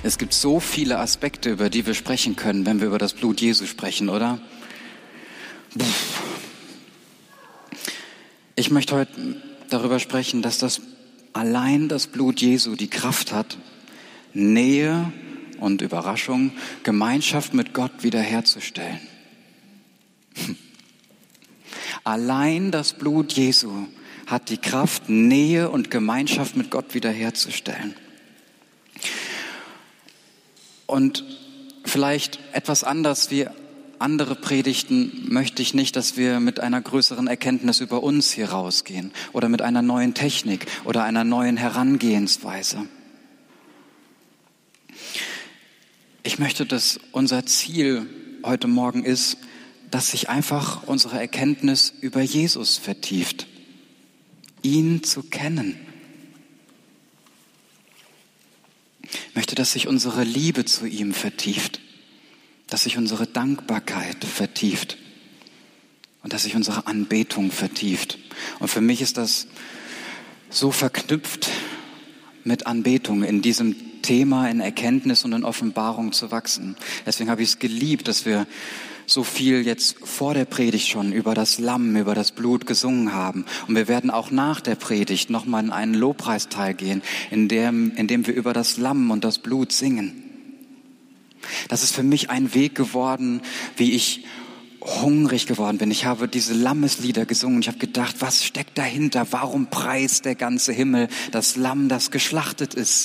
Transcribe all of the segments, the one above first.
Es gibt so viele Aspekte, über die wir sprechen können, wenn wir über das Blut Jesu sprechen, oder? Ich möchte heute darüber sprechen, dass allein das Blut Jesu die Kraft hat, Nähe und Überraschung, Gemeinschaft mit Gott wiederherzustellen. Allein das Blut Jesu hat die Kraft, Nähe und Gemeinschaft mit Gott wiederherzustellen. Und vielleicht etwas anders wie andere Predigten möchte ich nicht, dass wir mit einer größeren Erkenntnis über uns hier rausgehen oder mit einer neuen Technik oder einer neuen Herangehensweise. Ich möchte, dass unser Ziel heute Morgen ist, dass sich einfach unsere Erkenntnis über Jesus vertieft, ihn zu kennen. Ich möchte, dass sich unsere Liebe zu ihm vertieft, dass sich unsere Dankbarkeit vertieft und dass sich unsere Anbetung vertieft. Und für mich ist das so verknüpft mit Anbetung, in diesem Thema, in Erkenntnis und in Offenbarung zu wachsen. Deswegen habe ich es geliebt, dass wir so viel jetzt vor der Predigt schon über das Lamm, über das Blut gesungen haben. Und wir werden auch nach der Predigt nochmal in einen Lobpreisteil gehen, in dem wir über das Lamm und das Blut singen. Das ist für mich ein Weg geworden, wie ich hungrig geworden bin. Ich habe diese Lammeslieder gesungen. Ich habe gedacht, was steckt dahinter? Warum preist der ganze Himmel das Lamm, das geschlachtet ist?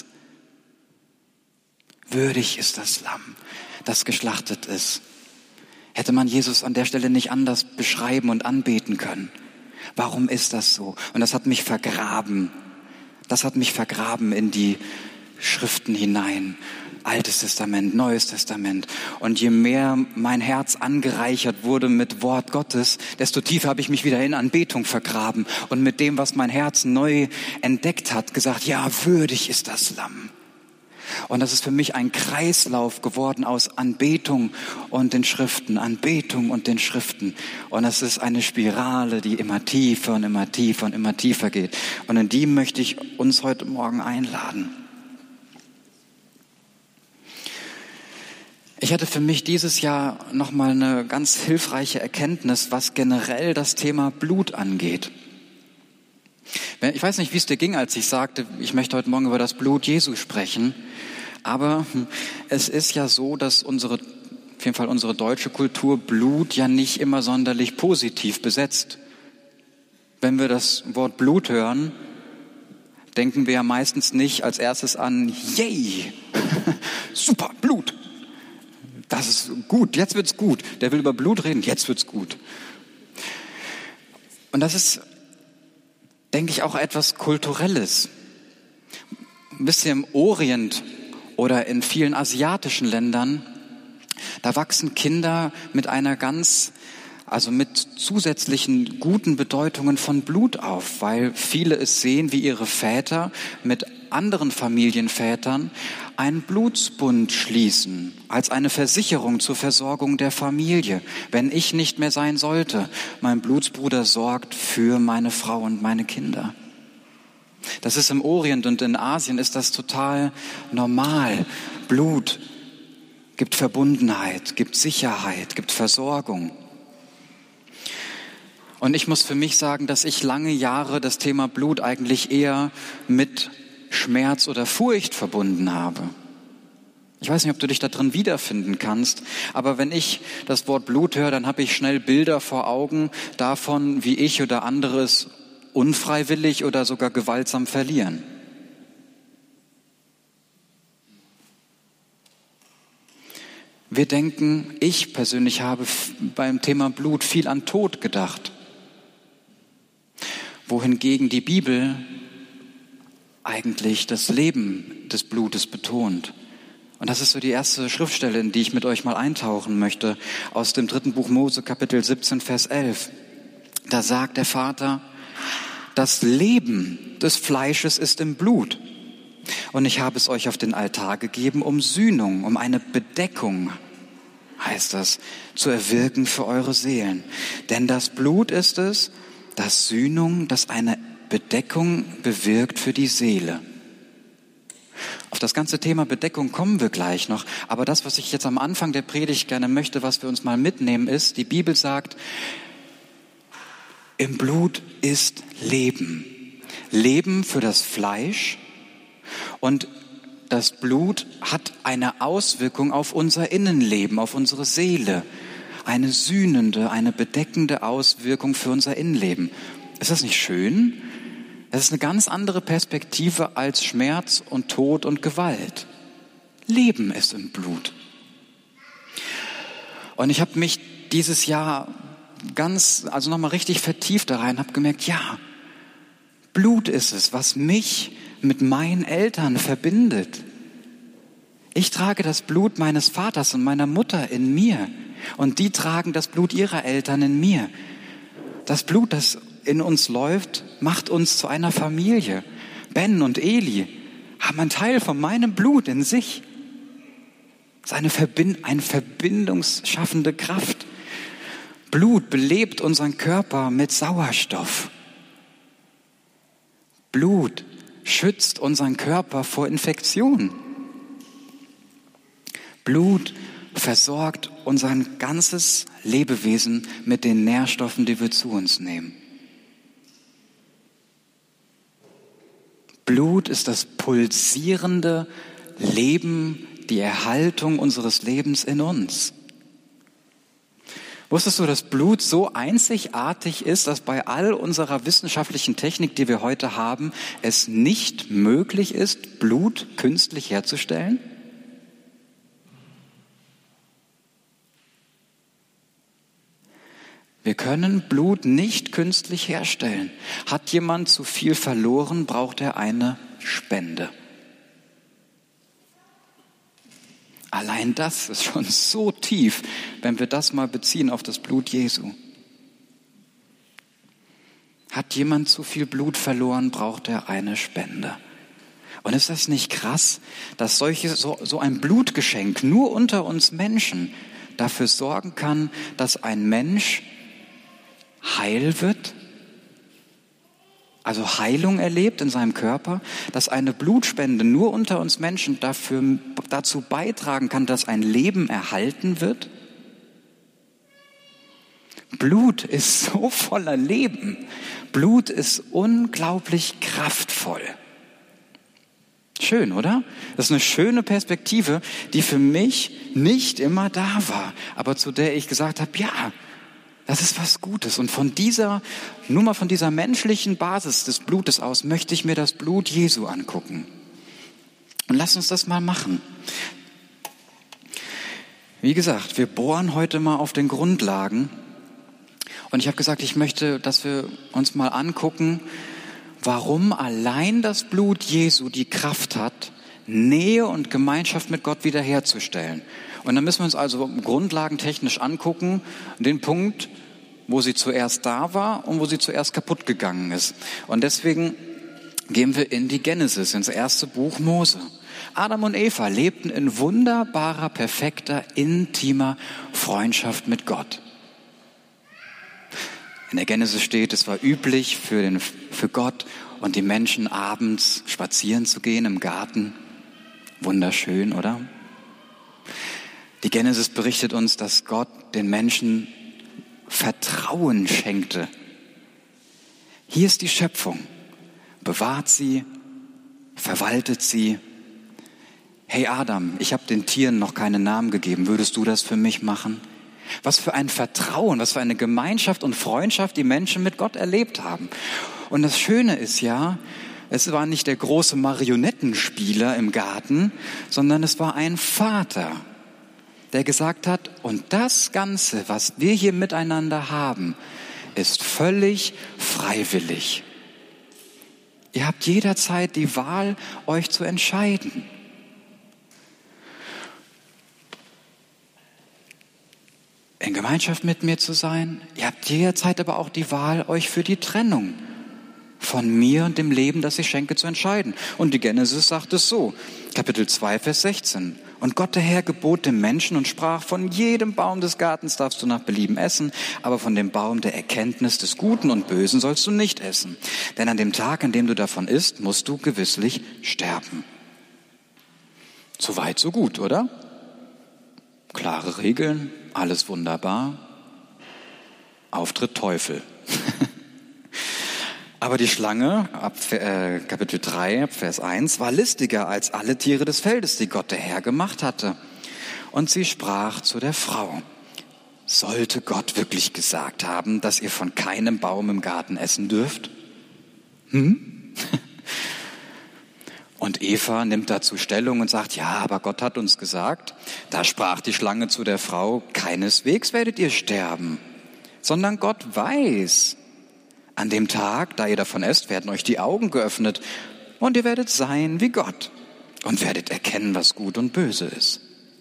Würdig ist das Lamm, das geschlachtet ist. Hätte man Jesus an der Stelle nicht anders beschreiben und anbeten können? Warum ist das so? Und das hat mich vergraben. Das hat mich vergraben in die Schriften hinein. Altes Testament, Neues Testament. Und je mehr mein Herz angereichert wurde mit Wort Gottes, desto tiefer habe ich mich wieder in Anbetung vergraben. Und mit dem, was mein Herz neu entdeckt hat, gesagt, ja, würdig ist das Lamm. Und das ist für mich ein Kreislauf geworden aus Anbetung und den Schriften, Anbetung und den Schriften. Und es ist eine Spirale, die immer tiefer und immer tiefer und immer tiefer geht. Und in die möchte ich uns heute Morgen einladen. Ich hatte für mich dieses Jahr nochmal eine ganz hilfreiche Erkenntnis, was generell das Thema Blut angeht. Ich weiß nicht, wie es dir ging, als ich sagte, ich möchte heute Morgen über das Blut Jesu sprechen. Aber es ist ja so, dass auf jeden Fall unsere deutsche Kultur Blut ja nicht immer sonderlich positiv besetzt. Wenn wir das Wort Blut hören, denken wir ja meistens nicht als erstes an, yay, super, Blut. Das ist gut, jetzt wird's gut. Der will über Blut reden, jetzt wird's gut. Und das ist, denke ich, auch etwas Kulturelles. Wisst ihr, im Orient oder in vielen asiatischen Ländern, da wachsen Kinder mit mit zusätzlichen guten Bedeutungen von Blut auf, weil viele es sehen, wie ihre Väter mit anderen Familienvätern einen Blutsbund schließen, als eine Versicherung zur Versorgung der Familie. Wenn ich nicht mehr sein sollte, mein Blutsbruder sorgt für meine Frau und meine Kinder. Das ist im Orient und in Asien ist das total normal. Blut gibt Verbundenheit, gibt Sicherheit, gibt Versorgung. Und ich muss für mich sagen, dass ich lange Jahre das Thema Blut eigentlich eher mit Schmerz oder Furcht verbunden habe. Ich weiß nicht, ob du dich da drin wiederfinden kannst, aber wenn ich das Wort Blut höre, dann habe ich schnell Bilder vor Augen davon, wie ich oder andere es unfreiwillig oder sogar gewaltsam verlieren. Wir denken, ich persönlich habe beim Thema Blut viel an Tod gedacht, wohingegen die Bibel eigentlich das Leben des Blutes betont. Und das ist so die erste Schriftstelle, in die ich mit euch mal eintauchen möchte, aus dem 3. Buch Mose, Kapitel 17, Vers 11. Da sagt der Vater, das Leben des Fleisches ist im Blut. Und ich habe es euch auf den Altar gegeben, um Sühnung, um eine Bedeckung, heißt das, zu erwirken für eure Seelen. Denn das Blut ist es, das Sühnung, das eine Bedeckung bewirkt für die Seele. Auf das ganze Thema Bedeckung kommen wir gleich noch. Aber das, was ich jetzt am Anfang der Predigt gerne möchte, was wir uns mal mitnehmen, ist, die Bibel sagt, im Blut ist Leben. Leben für das Fleisch. Und das Blut hat eine Auswirkung auf unser Innenleben, auf unsere Seele. Eine sühnende, eine bedeckende Auswirkung für unser Innenleben. Ist das nicht schön? Das ist eine ganz andere Perspektive als Schmerz und Tod und Gewalt. Leben ist im Blut. Und ich habe mich dieses Jahr nochmal richtig vertieft da rein, habe gemerkt, ja, Blut ist es, was mich mit meinen Eltern verbindet. Ich trage das Blut meines Vaters und meiner Mutter in mir und die tragen das Blut ihrer Eltern in mir. Das Blut, das in uns läuft, macht uns zu einer Familie. Ben und Eli haben einen Teil von meinem Blut in sich. Das ist eine verbindungsschaffende Kraft. Blut belebt unseren Körper mit Sauerstoff. Blut schützt unseren Körper vor Infektionen. Blut versorgt unser ganzes Lebewesen mit den Nährstoffen, die wir zu uns nehmen. Blut ist das pulsierende Leben, die Erhaltung unseres Lebens in uns. Wusstest du, dass Blut so einzigartig ist, dass bei all unserer wissenschaftlichen Technik, die wir heute haben, es nicht möglich ist, Blut künstlich herzustellen? Wir können Blut nicht künstlich herstellen. Hat jemand zu viel verloren, braucht er eine Spende. Allein das ist schon so tief, wenn wir das mal beziehen auf das Blut Jesu. Hat jemand zu viel Blut verloren, braucht er eine Spende. Und ist das nicht krass, dass so ein Blutgeschenk nur unter uns Menschen dafür sorgen kann, dass ein Mensch heil wird, also Heilung erlebt in seinem Körper, dass eine Blutspende nur unter uns Menschen dazu beitragen kann, dass ein Leben erhalten wird? Blut ist so voller Leben. Blut ist unglaublich kraftvoll. Schön, oder? Das ist eine schöne Perspektive, die für mich nicht immer da war, aber zu der ich gesagt habe, ja, das ist was Gutes. Und nur mal von dieser menschlichen Basis des Blutes aus möchte ich mir das Blut Jesu angucken. Und lass uns das mal machen. Wie gesagt, wir bohren heute mal auf den Grundlagen. Und ich habe gesagt, ich möchte, dass wir uns mal angucken, warum allein das Blut Jesu die Kraft hat, Nähe und Gemeinschaft mit Gott wiederherzustellen. Und dann müssen wir uns also grundlagentechnisch angucken, den Punkt, wo sie zuerst da war und wo sie zuerst kaputt gegangen ist. Und deswegen gehen wir in die Genesis, ins erste Buch Mose. Adam und Eva lebten in wunderbarer, perfekter, intimer Freundschaft mit Gott. In der Genesis steht, es war üblich für Gott und die Menschen abends spazieren zu gehen im Garten. Wunderschön, oder? Die Genesis berichtet uns, dass Gott den Menschen Vertrauen schenkte. Hier ist die Schöpfung. Bewahrt sie, verwaltet sie. Hey Adam, ich habe den Tieren noch keinen Namen gegeben. Würdest du das für mich machen? Was für ein Vertrauen, was für eine Gemeinschaft und Freundschaft die Menschen mit Gott erlebt haben. Und das Schöne ist ja, es war nicht der große Marionettenspieler im Garten, sondern es war ein Vater, der gesagt hat, und das Ganze, was wir hier miteinander haben, ist völlig freiwillig. Ihr habt jederzeit die Wahl, euch zu entscheiden. In Gemeinschaft mit mir zu sein. Ihr habt jederzeit aber auch die Wahl, euch für die Trennung von mir und dem Leben, das ich schenke, zu entscheiden. Und die Genesis sagt es so, Kapitel 2, Vers 16. Und Gott der Herr gebot dem Menschen und sprach, von jedem Baum des Gartens darfst du nach Belieben essen, aber von dem Baum der Erkenntnis des Guten und Bösen sollst du nicht essen. Denn an dem Tag, an dem du davon isst, musst du gewisslich sterben. So weit, so gut, oder? Klare Regeln, alles wunderbar. Auftritt Teufel. Aber die Schlange, Kapitel 3, Vers 1, war listiger als alle Tiere des Feldes, die Gott der Herr gemacht hatte. Und sie sprach zu der Frau: Sollte Gott wirklich gesagt haben, dass ihr von keinem Baum im Garten essen dürft? Und Eva nimmt dazu Stellung und sagt: Ja, aber Gott hat uns gesagt. Da sprach die Schlange zu der Frau: Keineswegs werdet ihr sterben, sondern Gott weiß, an dem Tag, da ihr davon esst, werden euch die Augen geöffnet und ihr werdet sein wie Gott und werdet erkennen, was gut und böse ist.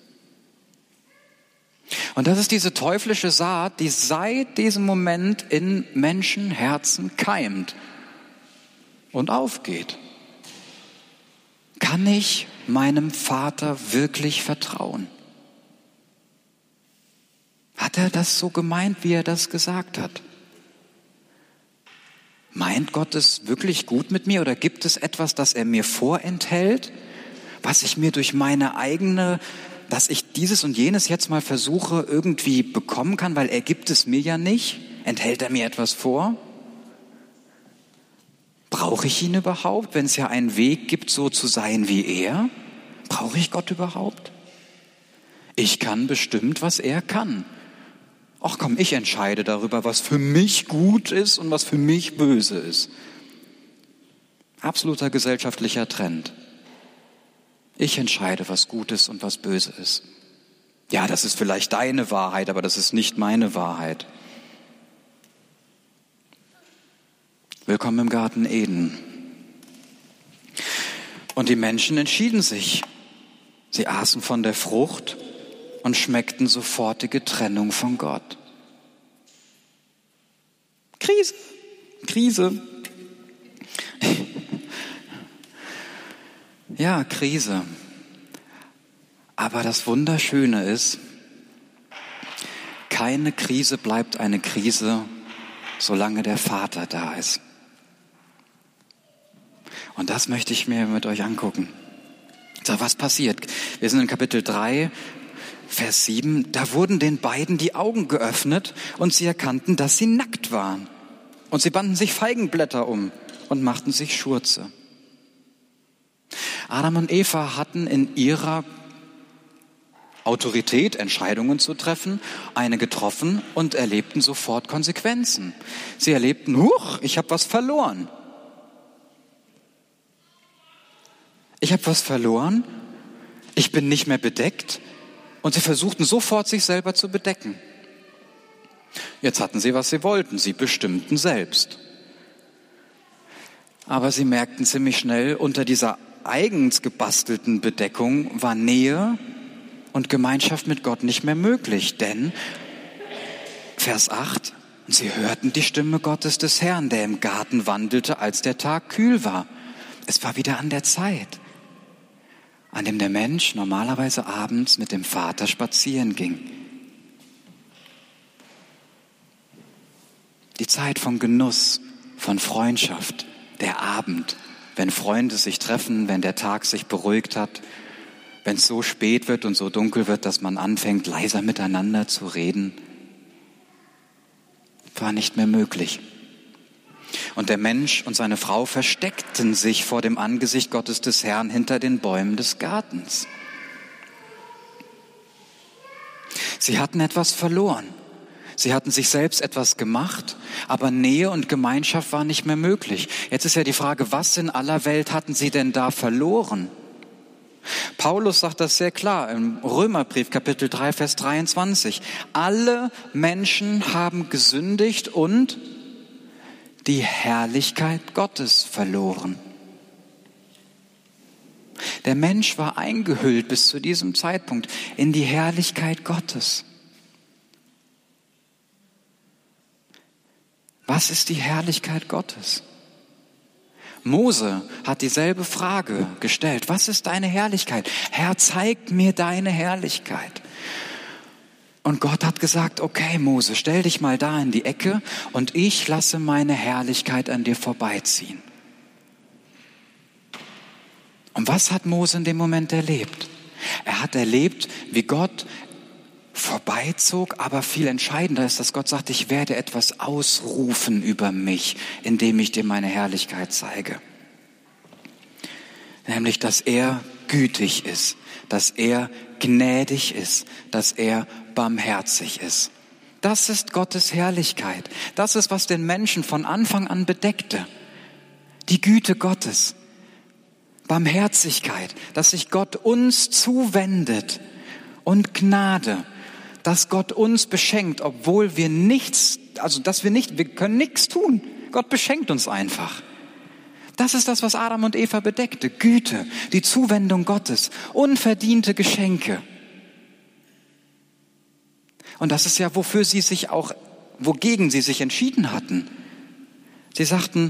Und das ist diese teuflische Saat, die seit diesem Moment in Menschenherzen keimt und aufgeht. Kann ich meinem Vater wirklich vertrauen? Hat er das so gemeint, wie er das gesagt hat? Meint Gott es wirklich gut mit mir oder gibt es etwas, das er mir vorenthält, was ich mir durch meine eigene, dass ich dieses und jenes jetzt mal versuche irgendwie bekommen kann, weil er gibt es mir ja nicht? Enthält er mir etwas vor? Brauche ich ihn überhaupt, wenn es ja einen Weg gibt, so zu sein wie er? Brauche ich Gott überhaupt? Ich kann bestimmt, was er kann. Ach komm, ich entscheide darüber, was für mich gut ist und was für mich böse ist. Absoluter gesellschaftlicher Trend. Ich entscheide, was gut ist und was böse ist. Ja, das ist vielleicht deine Wahrheit, aber das ist nicht meine Wahrheit. Willkommen im Garten Eden. Und die Menschen entschieden sich. Sie aßen von der Frucht und schmeckten sofortige Trennung von Gott. Krise. Ja, Krise. Aber das Wunderschöne ist, keine Krise bleibt eine Krise, solange der Vater da ist. Und das möchte ich mir mit euch angucken. So, was passiert? Wir sind in Kapitel 3, Vers 7. Da wurden den beiden die Augen geöffnet und sie erkannten, dass sie nackt waren. Und sie banden sich Feigenblätter um und machten sich Schurze. Adam und Eva hatten in ihrer Autorität, Entscheidungen zu treffen, eine getroffen und erlebten sofort Konsequenzen. Sie erlebten: Huch, ich habe was verloren. Ich bin nicht mehr bedeckt. Und sie versuchten sofort, sich selber zu bedecken. Jetzt hatten sie, was sie wollten. Sie bestimmten selbst. Aber sie merkten ziemlich schnell, unter dieser eigens gebastelten Bedeckung war Nähe und Gemeinschaft mit Gott nicht mehr möglich. Denn, Vers 8, sie hörten die Stimme Gottes des Herrn, der im Garten wandelte, als der Tag kühl war. Es war wieder an der Zeit, an dem der Mensch normalerweise abends mit dem Vater spazieren ging. Die Zeit von Genuss, von Freundschaft, der Abend, wenn Freunde sich treffen, wenn der Tag sich beruhigt hat, wenn es so spät wird und so dunkel wird, dass man anfängt, leiser miteinander zu reden, war nicht mehr möglich. Und der Mensch und seine Frau versteckten sich vor dem Angesicht Gottes des Herrn hinter den Bäumen des Gartens. Sie hatten etwas verloren. Sie hatten sich selbst etwas gemacht, aber Nähe und Gemeinschaft war nicht mehr möglich. Jetzt ist ja die Frage, was in aller Welt hatten sie denn da verloren? Paulus sagt das sehr klar im Römerbrief, Kapitel 3, Vers 23. Alle Menschen haben gesündigt und die Herrlichkeit Gottes verloren. Der Mensch war eingehüllt bis zu diesem Zeitpunkt in die Herrlichkeit Gottes. Was ist die Herrlichkeit Gottes? Mose hat dieselbe Frage gestellt. Was ist deine Herrlichkeit? Herr, zeig mir deine Herrlichkeit. Und Gott hat gesagt: Okay, Mose, stell dich mal da in die Ecke und ich lasse meine Herrlichkeit an dir vorbeiziehen. Und was hat Mose in dem Moment erlebt? Er hat erlebt, wie Gott vorbeizog, aber viel entscheidender ist, dass Gott sagt, ich werde etwas ausrufen über mich, indem ich dir meine Herrlichkeit zeige. Nämlich, dass er gütig ist, dass er gnädig ist, dass er barmherzig ist. Das ist Gottes Herrlichkeit. Das ist, was den Menschen von Anfang an bedeckte. Die Güte Gottes, Barmherzigkeit, dass sich Gott uns zuwendet und Gnade, dass Gott uns beschenkt, obwohl wir wir können nichts tun. Gott beschenkt uns einfach. Das ist das, was Adam und Eva bedeckte. Güte, die Zuwendung Gottes, unverdiente Geschenke. Und das ist ja, wogegen sie sich entschieden hatten. Sie sagten,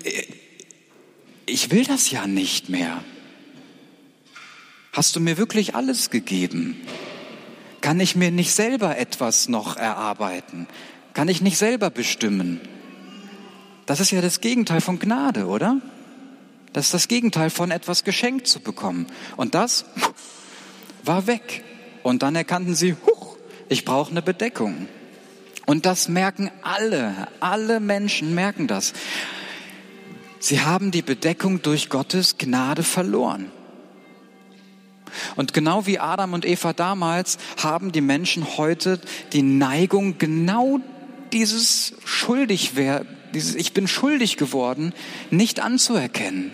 ich will das ja nicht mehr. Hast du mir wirklich alles gegeben? Kann ich mir nicht selber etwas noch erarbeiten? Kann ich nicht selber bestimmen? Das ist ja das Gegenteil von Gnade, oder? Das ist das Gegenteil von etwas geschenkt zu bekommen. Und das war weg. Und dann erkannten sie, ich brauche eine Bedeckung. Und das merken alle Menschen merken das. Sie haben die Bedeckung durch Gottes Gnade verloren. Und genau wie Adam und Eva damals haben die Menschen heute die Neigung, genau dieses ich bin schuldig geworden, nicht anzuerkennen.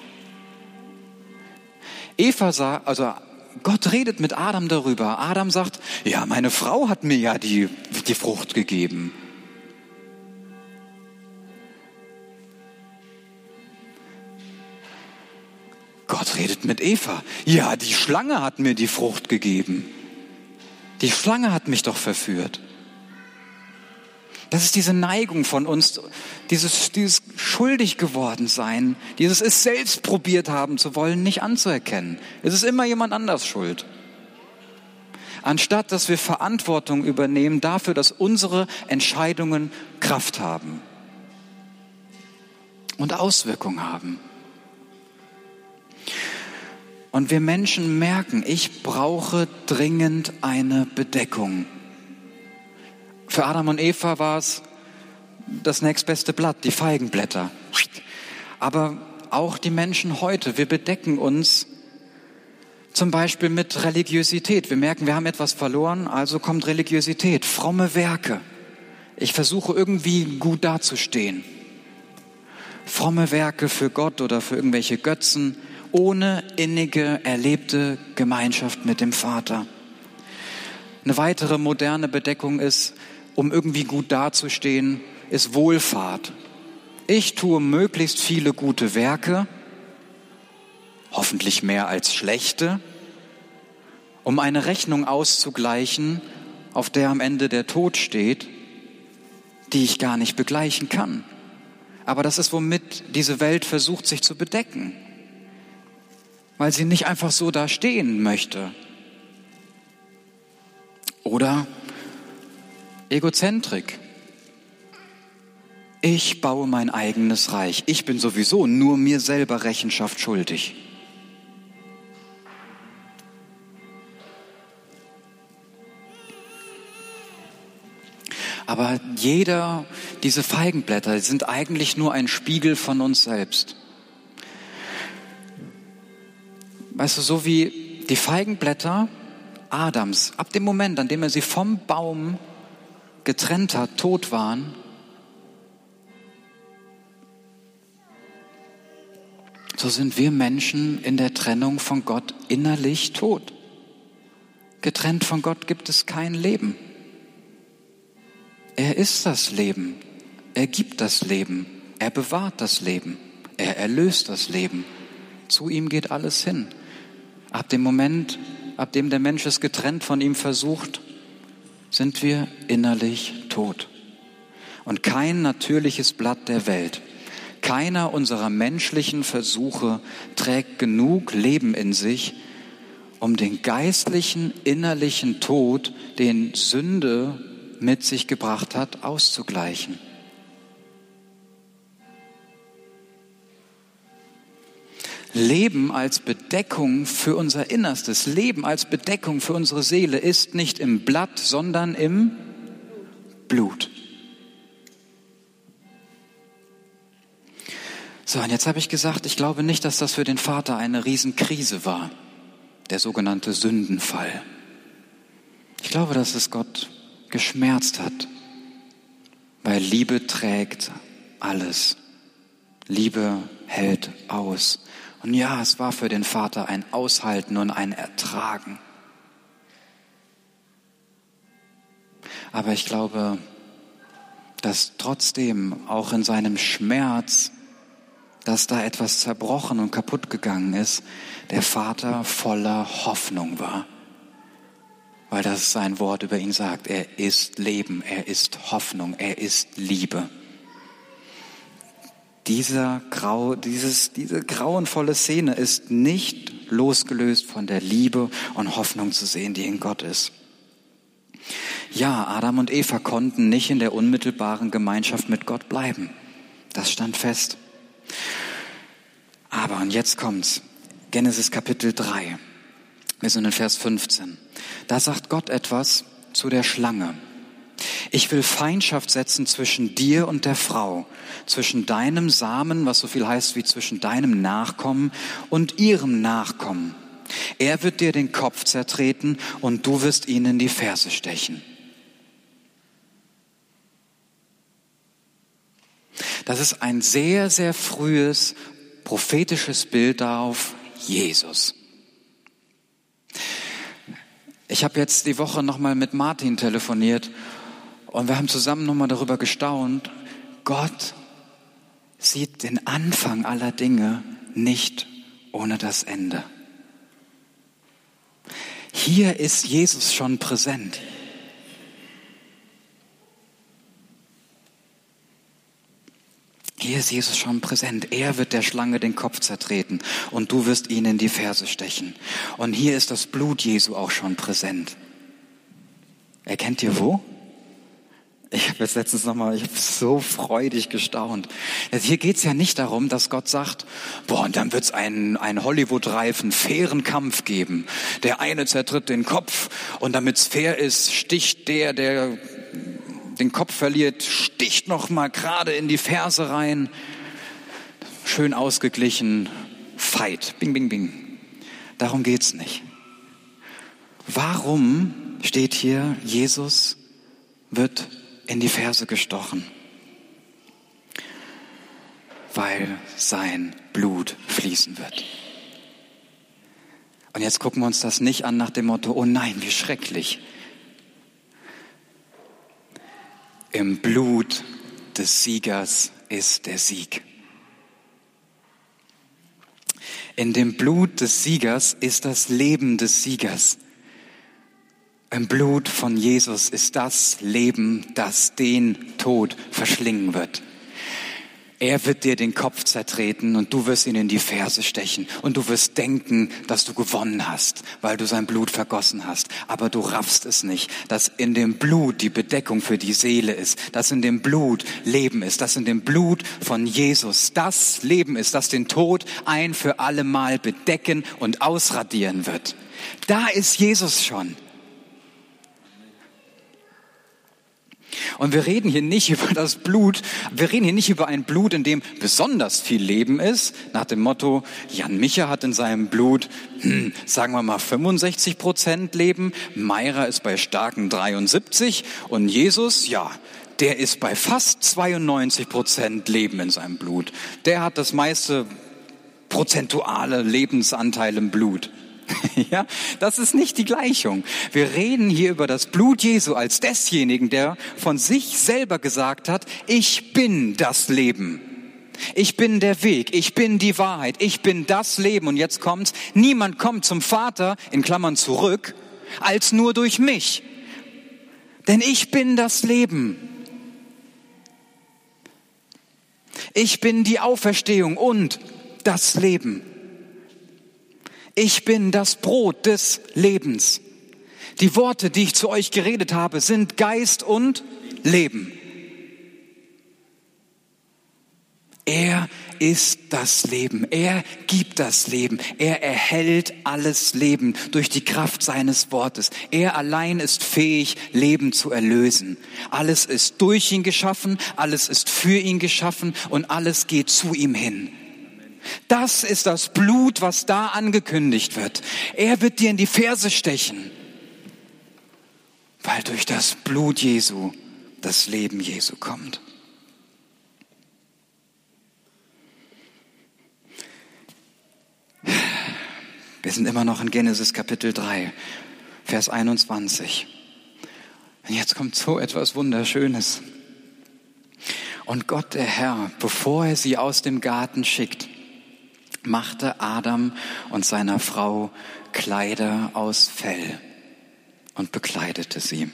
Gott redet mit Adam darüber. Adam sagt, ja, meine Frau hat mir ja die Frucht gegeben. Gott redet mit Eva. Ja, die Schlange hat mir die Frucht gegeben. Die Schlange hat mich doch verführt. Das ist diese Neigung von uns, dieses schuldig geworden sein, dieses es selbst probiert haben zu wollen, nicht anzuerkennen. Es ist immer jemand anders schuld. Anstatt, dass wir Verantwortung übernehmen dafür, dass unsere Entscheidungen Kraft haben und Auswirkungen haben. Und wir Menschen merken, ich brauche dringend eine Bedeckung. Für Adam und Eva war es das nächstbeste Blatt, die Feigenblätter. Aber auch die Menschen heute, wir bedecken uns zum Beispiel mit Religiosität. Wir merken, wir haben etwas verloren, also kommt Religiosität, fromme Werke. Ich versuche irgendwie gut dazustehen. Fromme Werke für Gott oder für irgendwelche Götzen, ohne innige, erlebte Gemeinschaft mit dem Vater. Eine weitere moderne Bedeckung ist, um irgendwie gut dazustehen, ist Wohlfahrt. Ich tue möglichst viele gute Werke, hoffentlich mehr als schlechte, um eine Rechnung auszugleichen, auf der am Ende der Tod steht, die ich gar nicht begleichen kann. Aber das ist, womit diese Welt versucht, sich zu bedecken, weil sie nicht einfach so da stehen möchte. Oder Egozentrik. Ich baue mein eigenes Reich. Ich bin sowieso nur mir selber Rechenschaft schuldig. Aber diese Feigenblätter sind eigentlich nur ein Spiegel von uns selbst. Weißt du, so wie die Feigenblätter Adams, ab dem Moment, an dem er sie vom Baum getrennt hat, tot waren, so sind wir Menschen in der Trennung von Gott innerlich tot. Getrennt von Gott gibt es kein Leben. Er ist das Leben. Er gibt das Leben. Er bewahrt das Leben. Er erlöst das Leben. Zu ihm geht alles hin. Ab dem Moment, ab dem der Mensch es getrennt von ihm versucht, sind wir innerlich tot. Und kein natürliches Blatt der Welt, keiner unserer menschlichen Versuche trägt genug Leben in sich, um den geistlichen, innerlichen Tod, den Sünde mit sich gebracht hat, auszugleichen. Leben als Bedeckung für unser Innerstes, Leben als Bedeckung für unsere Seele ist nicht im Blatt, sondern im Blut. So, und jetzt habe ich gesagt, ich glaube nicht, dass das für den Vater eine Riesenkrise war, der sogenannte Sündenfall. Ich glaube, dass es Gott geschmerzt hat, weil Liebe trägt alles. Liebe hält aus. Und ja, es war für den Vater ein Aushalten und ein Ertragen. Aber ich glaube, dass trotzdem auch in seinem Schmerz, dass da etwas zerbrochen und kaputt gegangen ist, der Vater voller Hoffnung war. Weil das sein Wort über ihn sagt. Er ist Leben, er ist Hoffnung, er ist Liebe. Diese grauenvolle Szene ist nicht losgelöst von der Liebe und Hoffnung zu sehen, die in Gott ist. Ja, Adam und Eva konnten nicht in der unmittelbaren Gemeinschaft mit Gott bleiben. Das stand fest. Aber, und jetzt kommt's, Genesis Kapitel 3, wir sind in Vers 15. Da sagt Gott etwas zu der Schlange. Ich will Feindschaft setzen zwischen dir und der Frau, zwischen deinem Samen, was so viel heißt wie zwischen deinem Nachkommen und ihrem Nachkommen. Er wird dir den Kopf zertreten und du wirst ihn in die Ferse stechen. Das ist ein sehr, sehr frühes prophetisches Bild auf Jesus. Ich habe jetzt die Woche nochmal mit Martin telefoniert und wir haben zusammen nochmal darüber gestaunt. Gott sieht den Anfang aller Dinge nicht ohne das Ende. Hier ist Jesus schon präsent. Hier ist Jesus schon präsent. Er wird der Schlange den Kopf zertreten und du wirst ihn in die Ferse stechen. Und hier ist das Blut Jesu auch schon präsent. Erkennt ihr wo? Ich habe jetzt letztens ich habe so freudig gestaunt. Also hier geht's ja nicht darum, dass Gott sagt, und dann wird's einen Hollywood-reifen, fairen Kampf geben. Der eine zertritt den Kopf und damit's fair ist, sticht der den Kopf verliert, sticht noch mal gerade in die Ferse rein. Schön ausgeglichen, Fight, bing, bing, bing. Darum geht's nicht. Warum steht hier, Jesus wird in die Ferse gestochen? Weil sein Blut fließen wird. Und jetzt gucken wir uns das nicht an nach dem Motto, oh nein, wie schrecklich. Im Blut des Siegers ist der Sieg. In dem Blut des Siegers ist das Leben des Siegers. Im Blut von Jesus ist das Leben, das den Tod verschlingen wird. Er wird dir den Kopf zertreten und du wirst ihn in die Ferse stechen. Und du wirst denken, dass du gewonnen hast, weil du sein Blut vergossen hast. Aber du raffst es nicht, dass in dem Blut die Bedeckung für die Seele ist, dass in dem Blut Leben ist, dass in dem Blut von Jesus das Leben ist, das den Tod ein für alle Mal bedecken und ausradieren wird. Da ist Jesus schon. Und wir reden hier nicht über das Blut, wir reden hier nicht über ein Blut, in dem besonders viel Leben ist, nach dem Motto, Jan Micha hat in seinem Blut, sagen wir mal 65% Leben, Mayra ist bei starken 73 und Jesus, ja, der ist bei fast 92% Leben in seinem Blut. Der hat das meiste prozentuale Lebensanteil im Blut. Ja, das ist nicht die Gleichung. Wir reden hier über das Blut Jesu als desjenigen, der von sich selber gesagt hat, ich bin das Leben. Ich bin der Weg, ich bin die Wahrheit, ich bin das Leben. Und jetzt kommt's, niemand kommt zum Vater, in Klammern zurück, als nur durch mich. Denn ich bin das Leben. Ich bin die Auferstehung und das Leben. Ich bin das Brot des Lebens. Die Worte, die ich zu euch geredet habe, sind Geist und Leben. Er ist das Leben. Er gibt das Leben. Er erhält alles Leben durch die Kraft seines Wortes. Er allein ist fähig, Leben zu erlösen. Alles ist durch ihn geschaffen, alles ist für ihn geschaffen und alles geht zu ihm hin. Das ist das Blut, was da angekündigt wird. Er wird dir in die Ferse stechen, weil durch das Blut Jesu das Leben Jesu kommt. Wir sind immer noch in Genesis Kapitel 3, Vers 21. Und jetzt kommt so etwas Wunderschönes. Und Gott, der Herr, bevor er sie aus dem Garten schickt, machte Adam und seiner Frau Kleider aus Fell und bekleidete sie.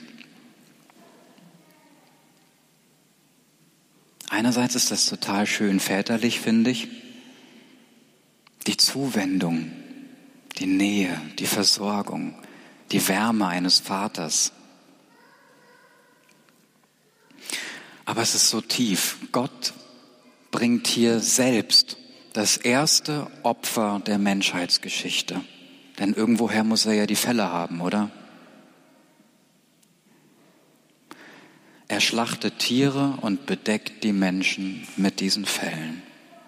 Einerseits ist das total schön väterlich, finde ich. Die Zuwendung, die Nähe, die Versorgung, die Wärme eines Vaters. Aber es ist so tief. Gott bringt hier selbst das erste Opfer der Menschheitsgeschichte. Denn irgendwoher muss er ja die Felle haben, oder? Er schlachtet Tiere und bedeckt die Menschen mit diesen Fellen.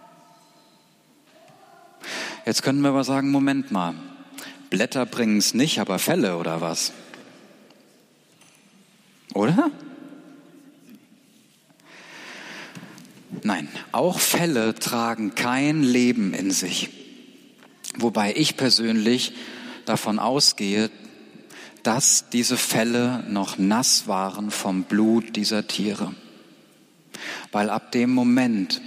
Jetzt können wir aber sagen, Moment mal, Blätter bringen es nicht, aber Felle oder was? Oder? Nein, auch Felle tragen kein Leben in sich. Wobei ich persönlich davon ausgehe, dass diese Felle noch nass waren vom Blut dieser Tiere. Weil ab dem Moment,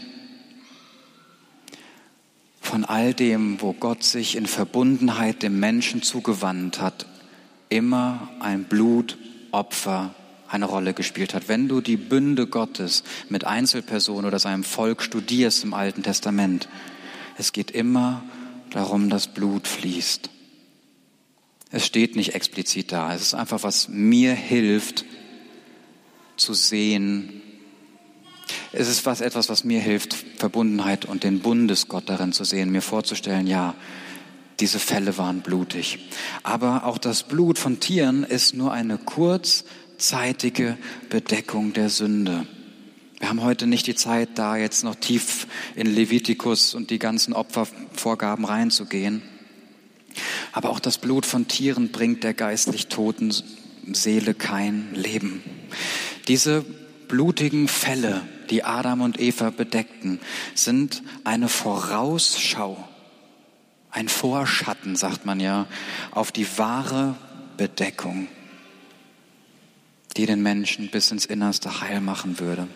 von all dem, wo Gott sich in Verbundenheit dem Menschen zugewandt hat, immer ein Blutopfer eine Rolle gespielt hat. Wenn du die Bünde Gottes mit Einzelpersonen oder seinem Volk studierst im Alten Testament, es geht immer darum, dass Blut fließt. Es steht nicht explizit da. Es ist einfach, was mir hilft zu sehen. Es ist etwas, was mir hilft, Verbundenheit und den Bundesgott darin zu sehen, mir vorzustellen, ja, diese Fälle waren blutig. Aber auch das Blut von Tieren ist nur eine kurzzeitige Bedeckung der Sünde. Wir haben heute nicht die Zeit, da jetzt noch tief in Levitikus und die ganzen Opfervorgaben reinzugehen. Aber auch das Blut von Tieren bringt der geistlich toten Seele kein Leben. Diese blutigen Felle, die Adam und Eva bedeckten, sind eine Vorausschau, ein Vorschatten, sagt man ja, auf die wahre Bedeckung, die den Menschen bis ins Innerste heil machen würde.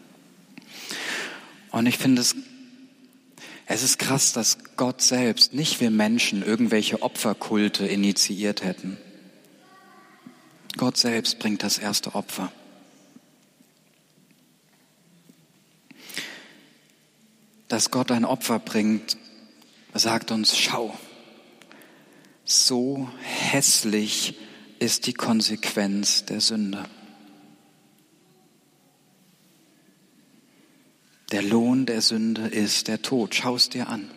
Und ich finde es ist krass, dass Gott selbst, nicht wir Menschen, irgendwelche Opferkulte initiiert hätten. Gott selbst bringt das erste Opfer. Dass Gott ein Opfer bringt, sagt uns, schau, so hässlich ist die Konsequenz der Sünde. Der Lohn der Sünde ist der Tod. Schau es dir an.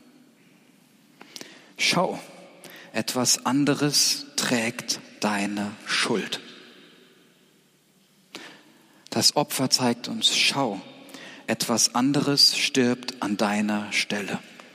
Schau, etwas anderes trägt deine Schuld. Das Opfer zeigt uns, schau, etwas anderes stirbt an deiner Stelle.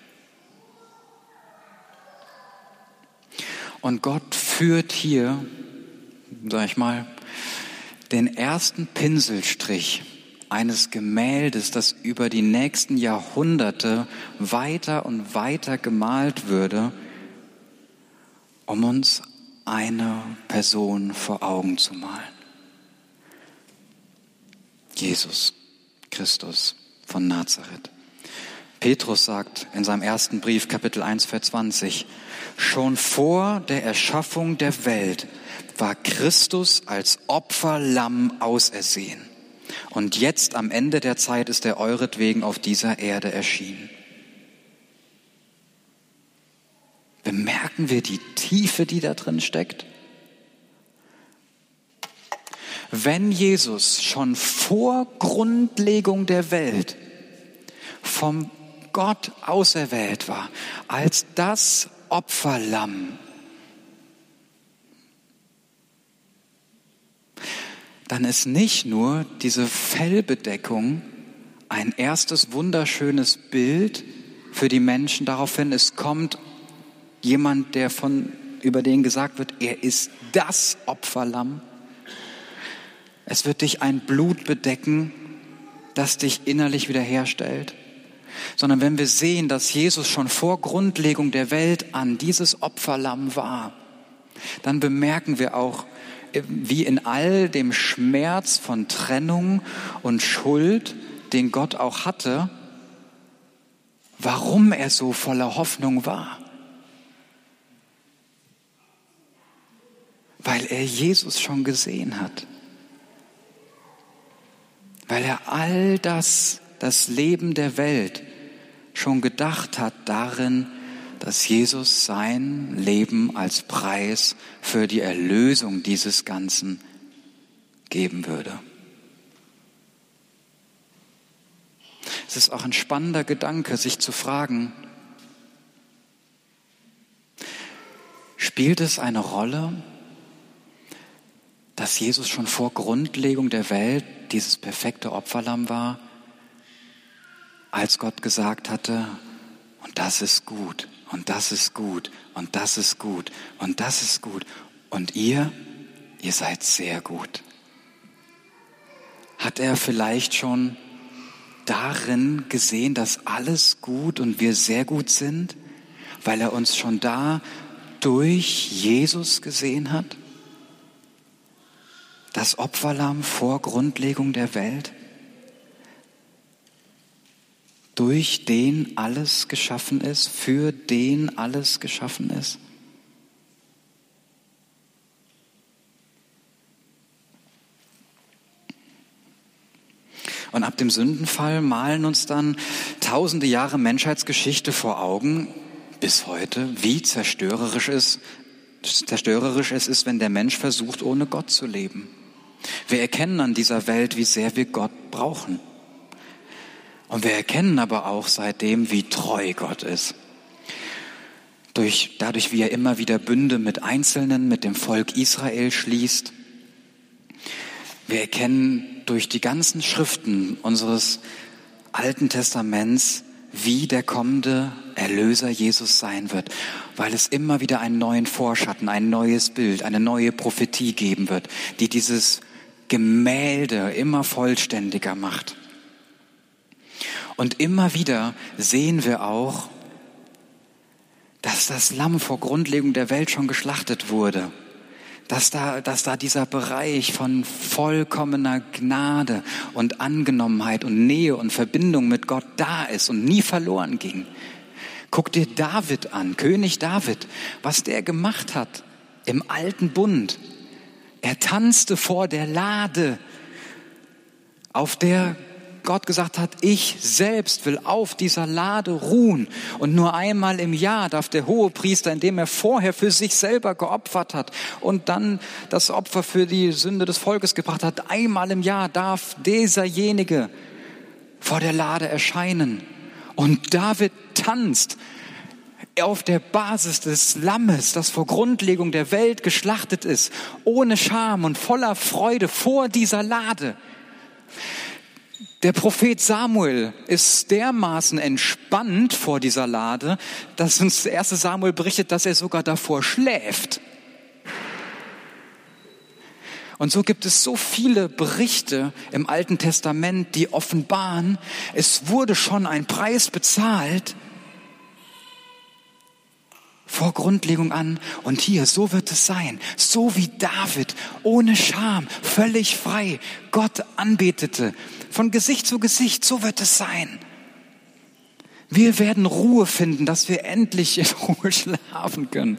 Und Gott führt hier, sag ich mal, den ersten Pinselstrich eines Gemäldes, das über die nächsten Jahrhunderte weiter und weiter gemalt würde, um uns eine Person vor Augen zu malen. Jesus Christus von Nazareth. Petrus sagt in seinem ersten Brief, Kapitel 1, Vers 20, schon vor der Erschaffung der Welt war Christus als Opferlamm ausersehen. Und jetzt am Ende der Zeit ist er euretwegen auf dieser Erde erschienen. Bemerken wir die Tiefe, die da drin steckt? Wenn Jesus schon vor Grundlegung der Welt vom Gott auserwählt war, als das Opferlamm, dann ist nicht nur diese Fellbedeckung ein erstes wunderschönes Bild für die Menschen darauf hin, es kommt jemand, über den gesagt wird, er ist das Opferlamm. Es wird dich ein Blut bedecken, das dich innerlich wiederherstellt. Sondern wenn wir sehen, dass Jesus schon vor Grundlegung der Welt an dieses Opferlamm war, dann bemerken wir auch, wie in all dem Schmerz von Trennung und Schuld, den Gott auch hatte, warum er so voller Hoffnung war. Weil er Jesus schon gesehen hat. Weil er all das Leben der Welt schon gedacht hat darin, dass Jesus sein Leben als Preis für die Erlösung dieses Ganzen geben würde. Es ist auch ein spannender Gedanke, sich zu fragen, spielt es eine Rolle, dass Jesus schon vor Grundlegung der Welt dieses perfekte Opferlamm war, als Gott gesagt hatte, und das ist gut, und das ist gut, und das ist gut, und das ist gut. Und ihr seid sehr gut. Hat er vielleicht schon darin gesehen, dass alles gut und wir sehr gut sind, weil er uns schon da durch Jesus gesehen hat? Das Opferlamm vor Grundlegung der Welt, durch den alles geschaffen ist, für den alles geschaffen ist. Und ab dem Sündenfall malen uns dann tausende Jahre Menschheitsgeschichte vor Augen, bis heute, wie zerstörerisch es ist, wenn der Mensch versucht, ohne Gott zu leben. Wir erkennen an dieser Welt, wie sehr wir Gott brauchen. Und wir erkennen aber auch seitdem, wie treu Gott ist. Dadurch, wie er immer wieder Bünde mit Einzelnen, mit dem Volk Israel schließt. Wir erkennen durch die ganzen Schriften unseres Alten Testaments, wie der kommende Erlöser Jesus sein wird, weil es immer wieder einen neuen Vorschatten, ein neues Bild, eine neue Prophetie geben wird, die dieses Gemälde immer vollständiger macht. Und immer wieder sehen wir auch, dass das Lamm vor Grundlegung der Welt schon geschlachtet wurde. Dass da dieser Bereich von vollkommener Gnade und Angenommenheit und Nähe und Verbindung mit Gott da ist und nie verloren ging. Guck dir David an, König David, was der gemacht hat im alten Bund. Er tanzte vor der Lade, auf der Gott gesagt hat, ich selbst will auf dieser Lade ruhen. Und nur einmal im Jahr darf der Hohepriester, indem er vorher für sich selber geopfert hat und dann das Opfer für die Sünde des Volkes gebracht hat, einmal im Jahr darf dieserjenige vor der Lade erscheinen. Und David tanzt auf der Basis des Lammes, das vor Grundlegung der Welt geschlachtet ist, ohne Scham und voller Freude vor dieser Lade. Der Prophet Samuel ist dermaßen entspannt vor dieser Lade, dass uns 1. Samuel berichtet, dass er sogar davor schläft. Und so gibt es so viele Berichte im Alten Testament, die offenbaren, es wurde schon ein Preis bezahlt vor Grundlegung an. Und hier, so wird es sein, so wie David ohne Scham, völlig frei Gott anbetete, von Gesicht zu Gesicht, so wird es sein. Wir werden Ruhe finden, dass wir endlich in Ruhe schlafen können.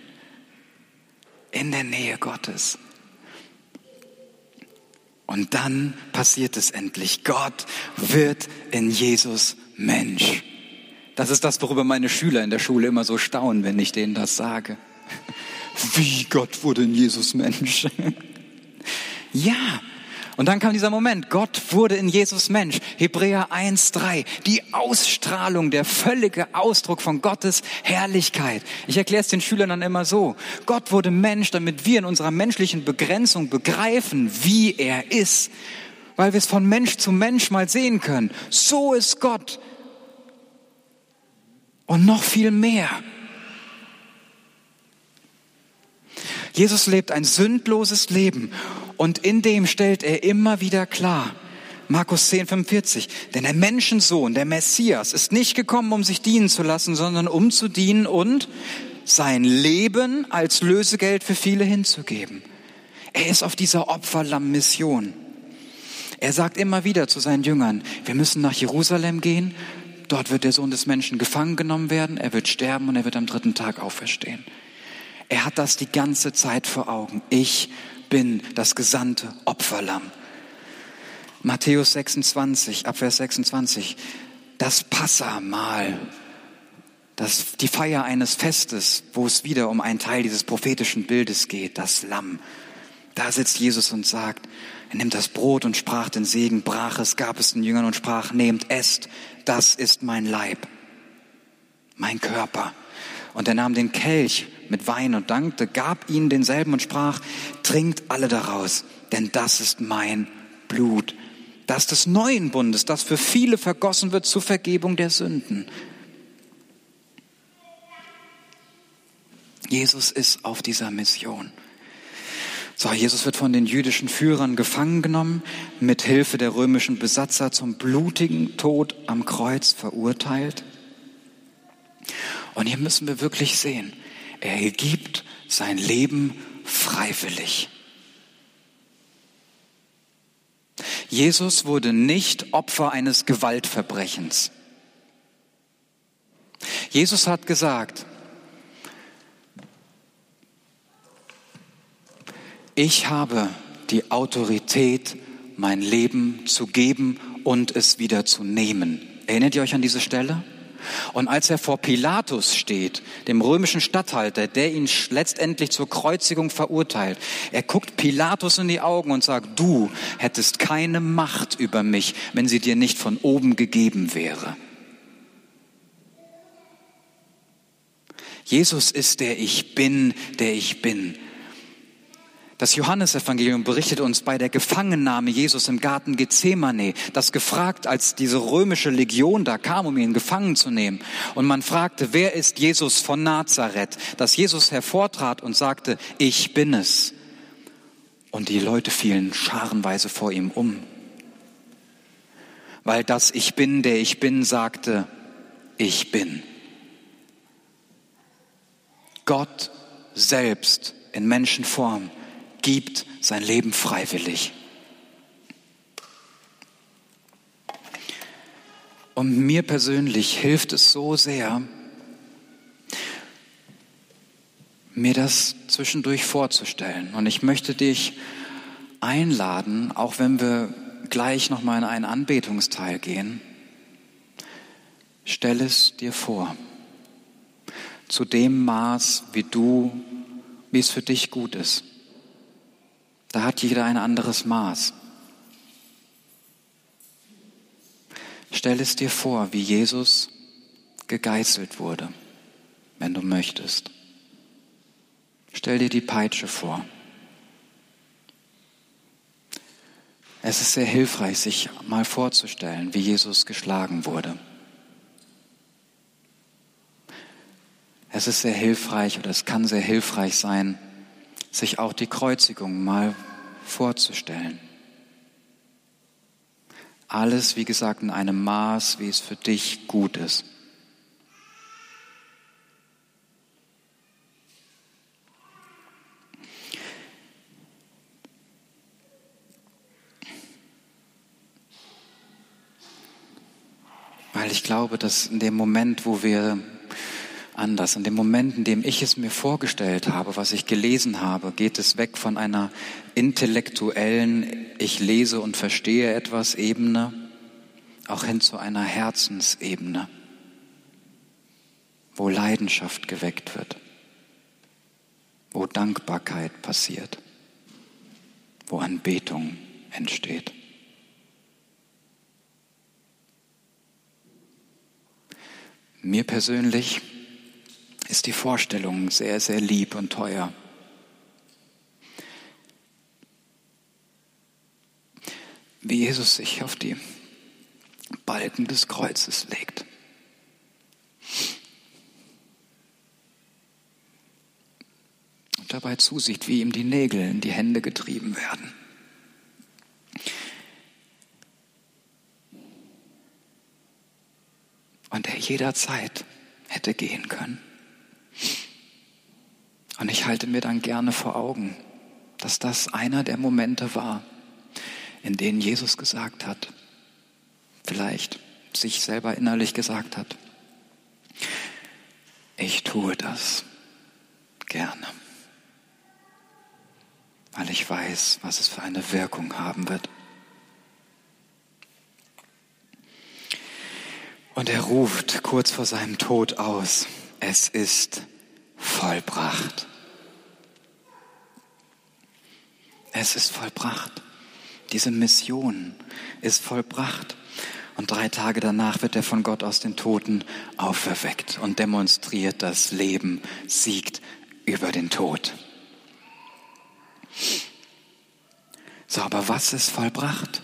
In der Nähe Gottes. Und dann passiert es endlich. Gott wird in Jesus Mensch. Das ist das, worüber meine Schüler in der Schule immer so staunen, wenn ich denen das sage. Wie Gott wurde in Jesus Mensch? Ja, Und dann kam dieser Moment, Gott wurde in Jesus Mensch. Hebräer 1,3, die Ausstrahlung, der völlige Ausdruck von Gottes Herrlichkeit. Ich erkläre es den Schülern dann immer so. Gott wurde Mensch, damit wir in unserer menschlichen Begrenzung begreifen, wie er ist. Weil wir es von Mensch zu Mensch mal sehen können. So ist Gott. Und noch viel mehr. Jesus lebt ein sündloses Leben. Und in dem stellt er immer wieder klar, Markus 10,45, denn der Menschensohn, der Messias, ist nicht gekommen, um sich dienen zu lassen, sondern um zu dienen und sein Leben als Lösegeld für viele hinzugeben. Er ist auf dieser Opferlamm-Mission. Er sagt immer wieder zu seinen Jüngern, wir müssen nach Jerusalem gehen, dort wird der Sohn des Menschen gefangen genommen werden, er wird sterben und er wird am 3. Tag auferstehen. Er hat das die ganze Zeit vor Augen. Ich bin das gesandte Opferlamm. Matthäus 26, Abvers 26, das Passahmahl, die Feier eines Festes, wo es wieder um einen Teil dieses prophetischen Bildes geht, das Lamm. Da sitzt Jesus und sagt, er nimmt das Brot und sprach den Segen, brach es, gab es den Jüngern und sprach, nehmt, esst, das ist mein Leib, mein Körper. Und er nahm den Kelch mit Wein und dankte, gab ihnen denselben und sprach, trinkt alle daraus, denn das ist mein Blut, das des neuen Bundes, das für viele vergossen wird zur Vergebung der Sünden. Jesus ist auf dieser Mission. So, Jesus wird von den jüdischen Führern gefangen genommen, mit Hilfe der römischen Besatzer zum blutigen Tod am Kreuz verurteilt. Und hier müssen wir wirklich sehen, er gibt sein Leben freiwillig. Jesus wurde nicht Opfer eines Gewaltverbrechens. Jesus hat gesagt, ich habe die Autorität, mein Leben zu geben und es wieder zu nehmen. Erinnert ihr euch an diese Stelle? Und als er vor Pilatus steht, dem römischen Statthalter, der ihn letztendlich zur Kreuzigung verurteilt, er guckt Pilatus in die Augen und sagt, du hättest keine Macht über mich, wenn sie dir nicht von oben gegeben wäre. Jesus ist der Ich Bin, der Ich Bin. Das Johannesevangelium berichtet uns bei der Gefangennahme Jesus im Garten Gethsemane, das gefragt, als diese römische Legion da kam, um ihn gefangen zu nehmen. Und man fragte, wer ist Jesus von Nazareth? Dass Jesus hervortrat und sagte, ich bin es. Und die Leute fielen scharenweise vor ihm um. Weil das Ich Bin, der Ich Bin, sagte, ich bin. Gott selbst in Menschenform gibt sein Leben freiwillig. Und mir persönlich hilft es so sehr, mir das zwischendurch vorzustellen. Und ich möchte dich einladen, auch wenn wir gleich nochmal in einen Anbetungsteil gehen, stell es dir vor. Zu dem Maß, wie es für dich gut ist. Da hat jeder ein anderes Maß. Stell es dir vor, wie Jesus gegeißelt wurde, wenn du möchtest. Stell dir die Peitsche vor. Es ist sehr hilfreich, sich mal vorzustellen, wie Jesus geschlagen wurde. Es ist sehr hilfreich oder es kann sehr hilfreich sein, sich auch die Kreuzigung mal vorzustellen. Alles, wie gesagt, in einem Maß, wie es für dich gut ist. Weil ich glaube, dass in dem Moment, in dem Moment, in dem ich es mir vorgestellt habe, was ich gelesen habe, geht es weg von einer intellektuellen, ich lese und verstehe etwas Ebene, auch hin zu einer Herzensebene, wo Leidenschaft geweckt wird, wo Dankbarkeit passiert, wo Anbetung entsteht. Mir persönlich ist die Vorstellung sehr, sehr lieb und teuer. Wie Jesus sich auf die Balken des Kreuzes legt. Und dabei zusieht, wie ihm die Nägel in die Hände getrieben werden. Und er jederzeit hätte gehen können. Und ich halte mir dann gerne vor Augen, dass das einer der Momente war, in denen Jesus gesagt hat, vielleicht sich selber innerlich gesagt hat, ich tue das gerne, weil ich weiß, was es für eine Wirkung haben wird. Und er ruft kurz vor seinem Tod aus, es ist vollbracht. Es ist vollbracht. Diese Mission ist vollbracht. Und 3 Tage danach wird er von Gott aus den Toten auferweckt und demonstriert, das Leben siegt über den Tod. So, aber was ist vollbracht?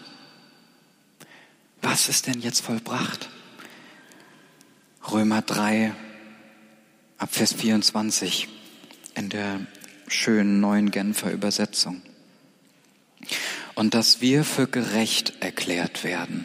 Was ist denn jetzt vollbracht? Römer 3, ab Vers 24 in der schönen neuen Genfer Übersetzung. Und dass wir für gerecht erklärt werden.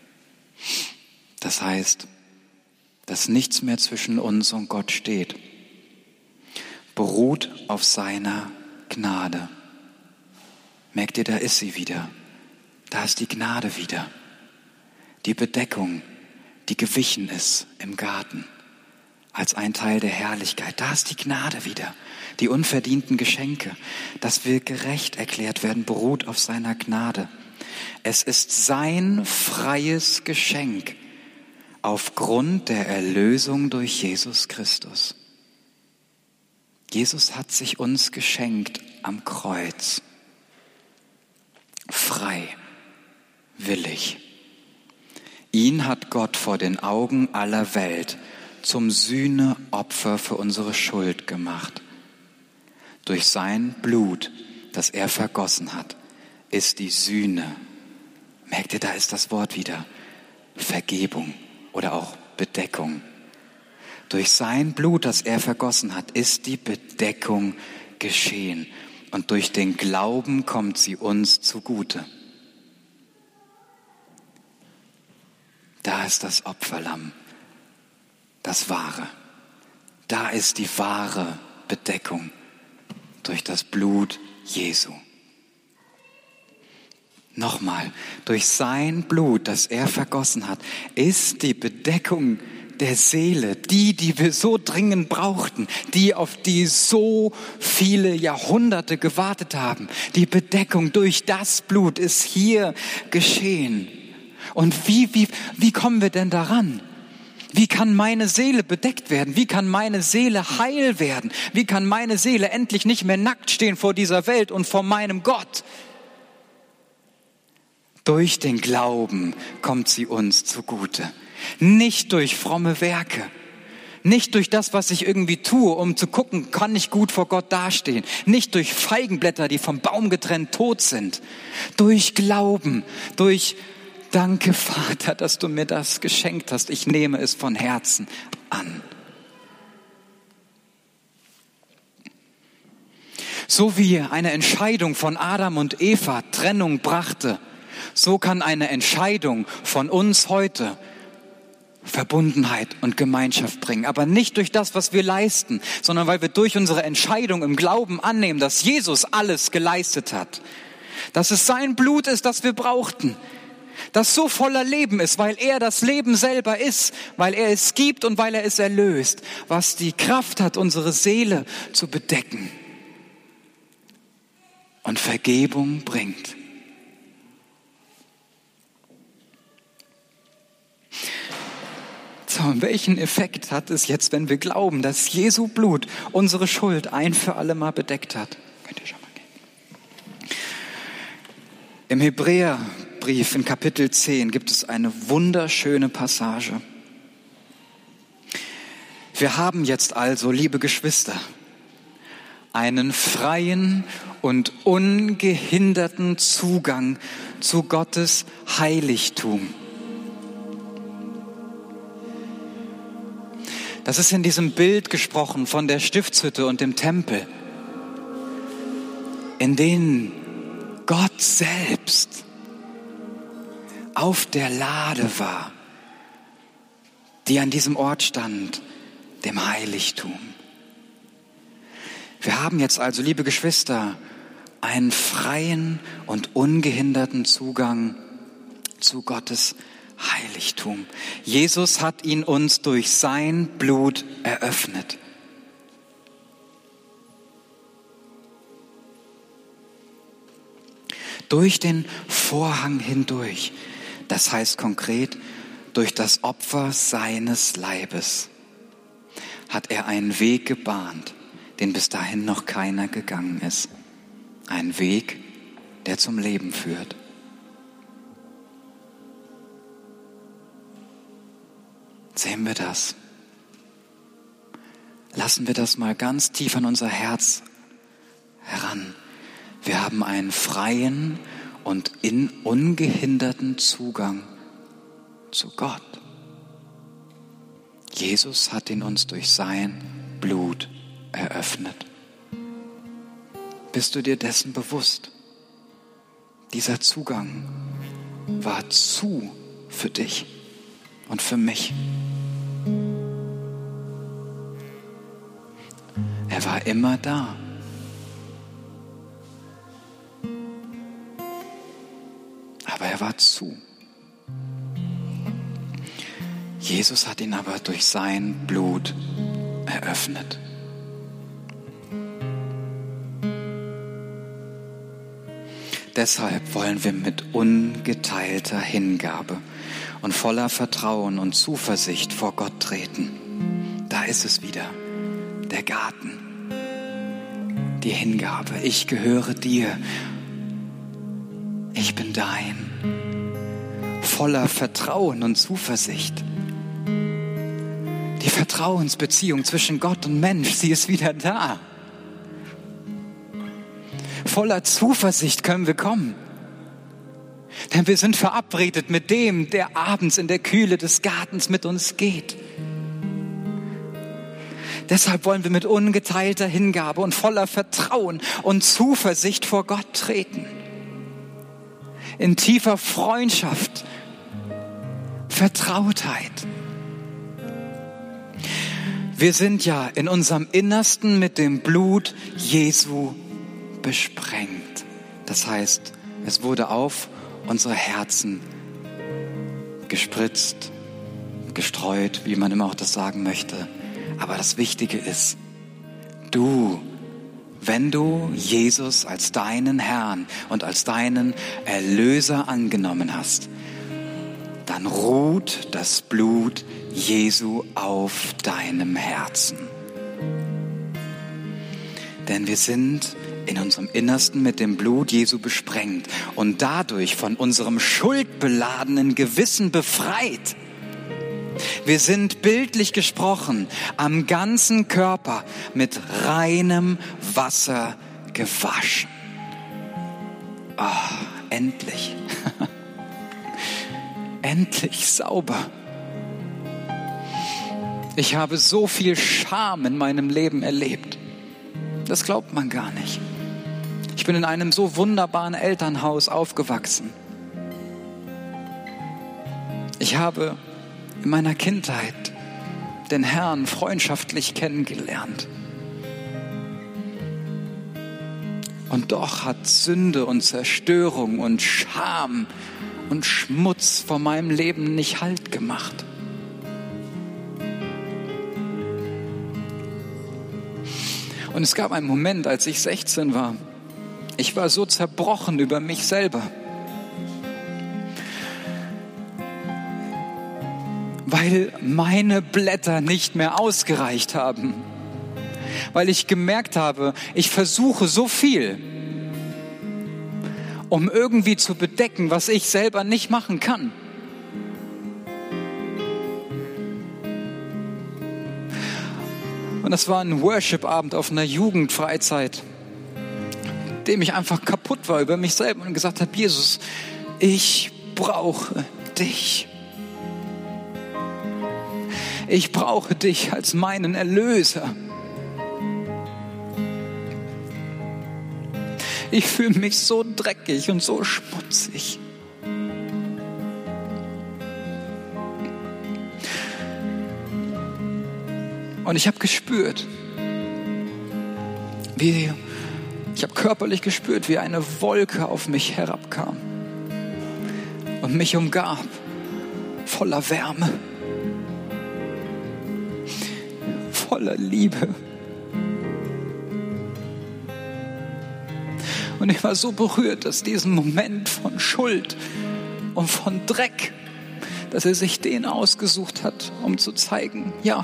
Das heißt, dass nichts mehr zwischen uns und Gott steht, beruht auf seiner Gnade. Merkt ihr, da ist sie wieder. Da ist die Gnade wieder. Die Bedeckung, die gewichen ist im Garten als ein Teil der Herrlichkeit. Da ist die Gnade wieder. Die unverdienten Geschenke, dass wir gerecht erklärt werden, beruht auf seiner Gnade. Es ist sein freies Geschenk aufgrund der Erlösung durch Jesus Christus. Jesus hat sich uns geschenkt am Kreuz. Frei, willig. Ihn hat Gott vor den Augen aller Welt zum Sühneopfer für unsere Schuld gemacht. Durch sein Blut, das er vergossen hat, ist die Sühne. Merkt ihr, da ist das Wort wieder. Vergebung oder auch Bedeckung. Durch sein Blut, das er vergossen hat, ist die Bedeckung geschehen. Und durch den Glauben kommt sie uns zugute. Da ist das Opferlamm, das Wahre. Da ist die wahre Bedeckung durch das Blut Jesu. Nochmal, durch sein Blut, das er vergossen hat, ist die Bedeckung der Seele, die wir so dringend brauchten, auf die so viele Jahrhunderte gewartet haben. Die Bedeckung durch das Blut ist hier geschehen. Und wie kommen wir denn daran? Wie kann meine Seele bedeckt werden? Wie kann meine Seele heil werden? Wie kann meine Seele endlich nicht mehr nackt stehen vor dieser Welt und vor meinem Gott? Durch den Glauben kommt sie uns zugute. Nicht durch fromme Werke. Nicht durch das, was ich irgendwie tue, um zu gucken, kann ich gut vor Gott dastehen. Nicht durch Feigenblätter, die vom Baum getrennt tot sind. Durch Glauben, durch Danke, Vater, dass du mir das geschenkt hast. Ich nehme es von Herzen an. So wie eine Entscheidung von Adam und Eva Trennung brachte, so kann eine Entscheidung von uns heute Verbundenheit und Gemeinschaft bringen. Aber nicht durch das, was wir leisten, sondern weil wir durch unsere Entscheidung im Glauben annehmen, dass Jesus alles geleistet hat. Dass es sein Blut ist, das wir brauchten. Das so voller Leben ist, weil er das Leben selber ist, weil er es gibt und weil er es erlöst, was die Kraft hat, unsere Seele zu bedecken und Vergebung bringt. So, und welchen Effekt hat es jetzt, wenn wir glauben, dass Jesu Blut unsere Schuld ein für alle Mal bedeckt hat? Könnt ihr schon mal gehen. Im Hebräerbrief in Kapitel 10 gibt es eine wunderschöne Passage. Wir haben jetzt also, liebe Geschwister, einen freien und ungehinderten Zugang zu Gottes Heiligtum. Das ist in diesem Bild gesprochen von der Stiftshütte und dem Tempel, in denen Gott selbst auf der Lade war, die an diesem Ort stand, dem Heiligtum. Wir haben jetzt also, liebe Geschwister, einen freien und ungehinderten Zugang zu Gottes Heiligtum. Jesus hat ihn uns durch sein Blut eröffnet. Durch den Vorhang hindurch. Das heißt konkret, durch das Opfer seines Leibes hat er einen Weg gebahnt, den bis dahin noch keiner gegangen ist. Ein Weg, der zum Leben führt. Sehen wir das? Lassen wir das mal ganz tief an unser Herz heran. Wir haben einen freien und ungehinderten Zugang zu Gott. Jesus hat ihn uns durch sein Blut eröffnet. Bist du dir dessen bewusst? Dieser Zugang war zu für dich und für mich. Er war immer da. Aber er war zu. Jesus hat ihn aber durch sein Blut eröffnet. Deshalb wollen wir mit ungeteilter Hingabe und voller Vertrauen und Zuversicht vor Gott treten. Da ist es wieder, der Garten, die Hingabe. Ich gehöre dir, ich bin dein. Voller Vertrauen und Zuversicht. Die Vertrauensbeziehung zwischen Gott und Mensch, sie ist wieder da. Voller Zuversicht können wir kommen. Denn wir sind verabredet mit dem, der abends in der Kühle des Gartens mit uns geht. Deshalb wollen wir mit ungeteilter Hingabe und voller Vertrauen und Zuversicht vor Gott treten. In tiefer Freundschaft, Vertrautheit. Wir sind ja in unserem Innersten mit dem Blut Jesu besprengt. Das heißt, es wurde auf unsere Herzen gespritzt, gestreut, wie man immer auch das sagen möchte. Aber das Wichtige ist, wenn du Jesus als deinen Herrn und als deinen Erlöser angenommen hast, dann ruht das Blut Jesu auf deinem Herzen. Denn wir sind in unserem Innersten mit dem Blut Jesu besprengt und dadurch von unserem schuldbeladenen Gewissen befreit. Wir sind bildlich gesprochen am ganzen Körper mit reinem Wasser gewaschen. Oh, endlich. Endlich sauber. Ich habe so viel Scham in meinem Leben erlebt. Das glaubt man gar nicht. Ich bin in einem so wunderbaren Elternhaus aufgewachsen. Ich habe in meiner Kindheit den Herrn freundschaftlich kennengelernt. Und doch hat Sünde und Zerstörung und Scham und Schmutz vor meinem Leben nicht Halt gemacht. Und es gab einen Moment, als ich 16 war. Ich war so zerbrochen über mich selber. Weil meine Blätter nicht mehr ausgereicht haben. Weil ich gemerkt habe, ich versuche so viel. um irgendwie zu bedecken, was ich selber nicht machen kann. Und das war ein Worship-Abend auf einer Jugendfreizeit, dem ich einfach kaputt war über mich selber und gesagt habe, Jesus, ich brauche dich. Ich brauche dich als meinen Erlöser. Ich fühle mich so dreckig und so schmutzig. Und ich habe gespürt, ich habe körperlich gespürt, wie eine Wolke auf mich herabkam und mich umgab, voller Wärme, voller Liebe. Und ich war so berührt, dass diesen Moment von Schuld und von Dreck, dass er sich den ausgesucht hat, um zu zeigen, ja,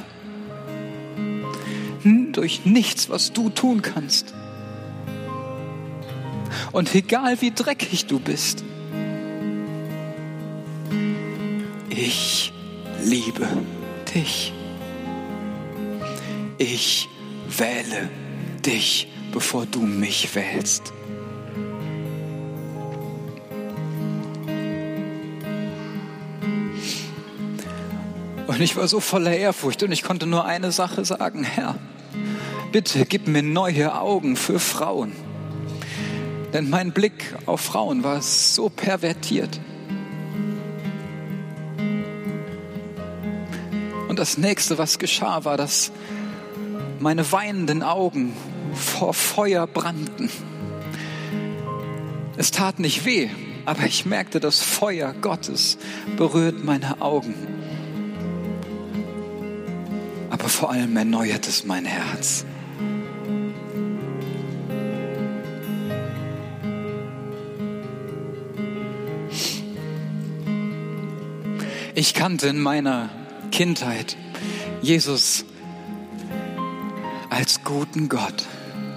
durch nichts, was du tun kannst. Und egal wie dreckig du bist, ich liebe dich. Ich wähle dich, bevor du mich wählst. Und ich war so voller Ehrfurcht und ich konnte nur eine Sache sagen, Herr, bitte gib mir neue Augen für Frauen. Denn mein Blick auf Frauen war so pervertiert. Und das nächste, was geschah, war, dass meine weinenden Augen vor Feuer brannten. Es tat nicht weh, aber ich merkte, das Feuer Gottes berührt meine Augen. Aber vor allem erneuert es mein Herz. Ich kannte in meiner Kindheit Jesus als guten Gott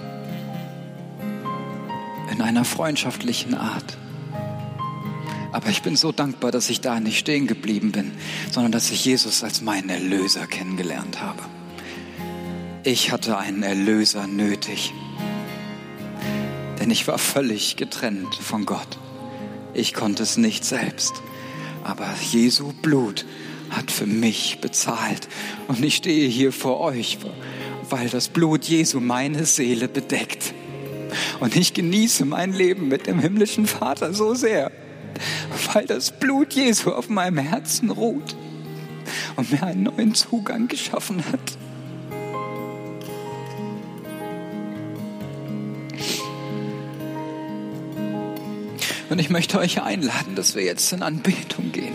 in einer freundschaftlichen Art. Aber ich bin so dankbar, dass ich da nicht stehen geblieben bin, sondern dass ich Jesus als meinen Erlöser kennengelernt habe. Ich hatte einen Erlöser nötig, denn ich war völlig getrennt von Gott. Ich konnte es nicht selbst. Aber Jesu Blut hat für mich bezahlt. Und ich stehe hier vor euch, weil das Blut Jesu meine Seele bedeckt. Und ich genieße mein Leben mit dem himmlischen Vater so sehr, weil das Blut Jesu auf meinem Herzen ruht und mir einen neuen Zugang geschaffen hat. Und ich möchte euch einladen, dass wir jetzt in Anbetung gehen.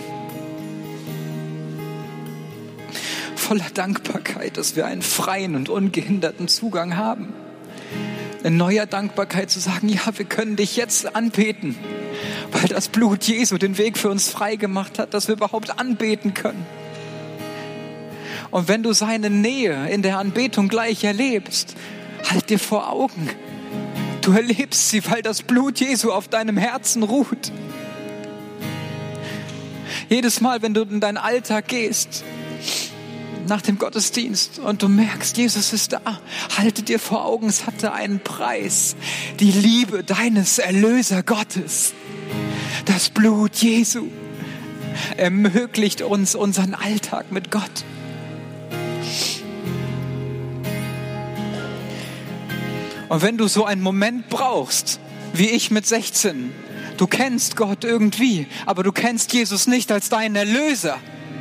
Voller Dankbarkeit, dass wir einen freien und ungehinderten Zugang haben. In neuer Dankbarkeit zu sagen, ja, wir können dich jetzt anbeten, weil das Blut Jesu den Weg für uns frei gemacht hat, dass wir überhaupt anbeten können. Und wenn du seine Nähe in der Anbetung gleich erlebst, halt dir vor Augen, du erlebst sie, weil das Blut Jesu auf deinem Herzen ruht. Jedes Mal, wenn du in deinen Alltag gehst, nach dem Gottesdienst und du merkst, Jesus ist da, halte dir vor Augen, es hatte einen Preis. Die Liebe deines Erlöser Gottes. Das Blut Jesu ermöglicht uns unseren Alltag mit Gott. Und wenn du so einen Moment brauchst, wie ich mit 16, du kennst Gott irgendwie, aber du kennst Jesus nicht als deinen Erlöser,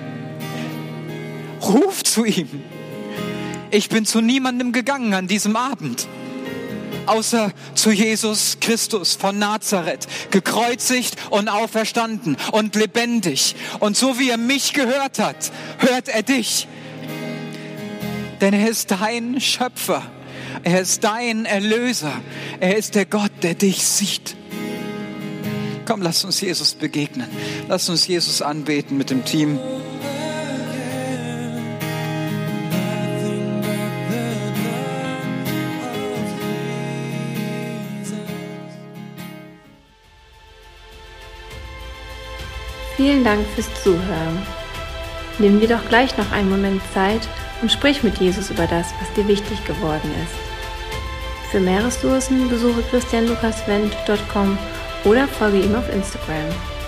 ruf zu ihm. Ich bin zu niemandem gegangen an diesem Abend, außer zu Jesus Christus von Nazareth, gekreuzigt und auferstanden und lebendig. Und so wie er mich gehört hat, hört er dich. Denn er ist dein Schöpfer. Er ist dein Erlöser. Er ist der Gott, der dich sieht. Komm, lass uns Jesus begegnen. Lass uns Jesus anbeten mit dem Team. vielen Dank fürs Zuhören. Nimm dir doch gleich noch einen Moment Zeit und sprich mit Jesus über das, was dir wichtig geworden ist. Für mehr Ressourcen besuche christianlukaswendt.com oder folge ihm auf Instagram.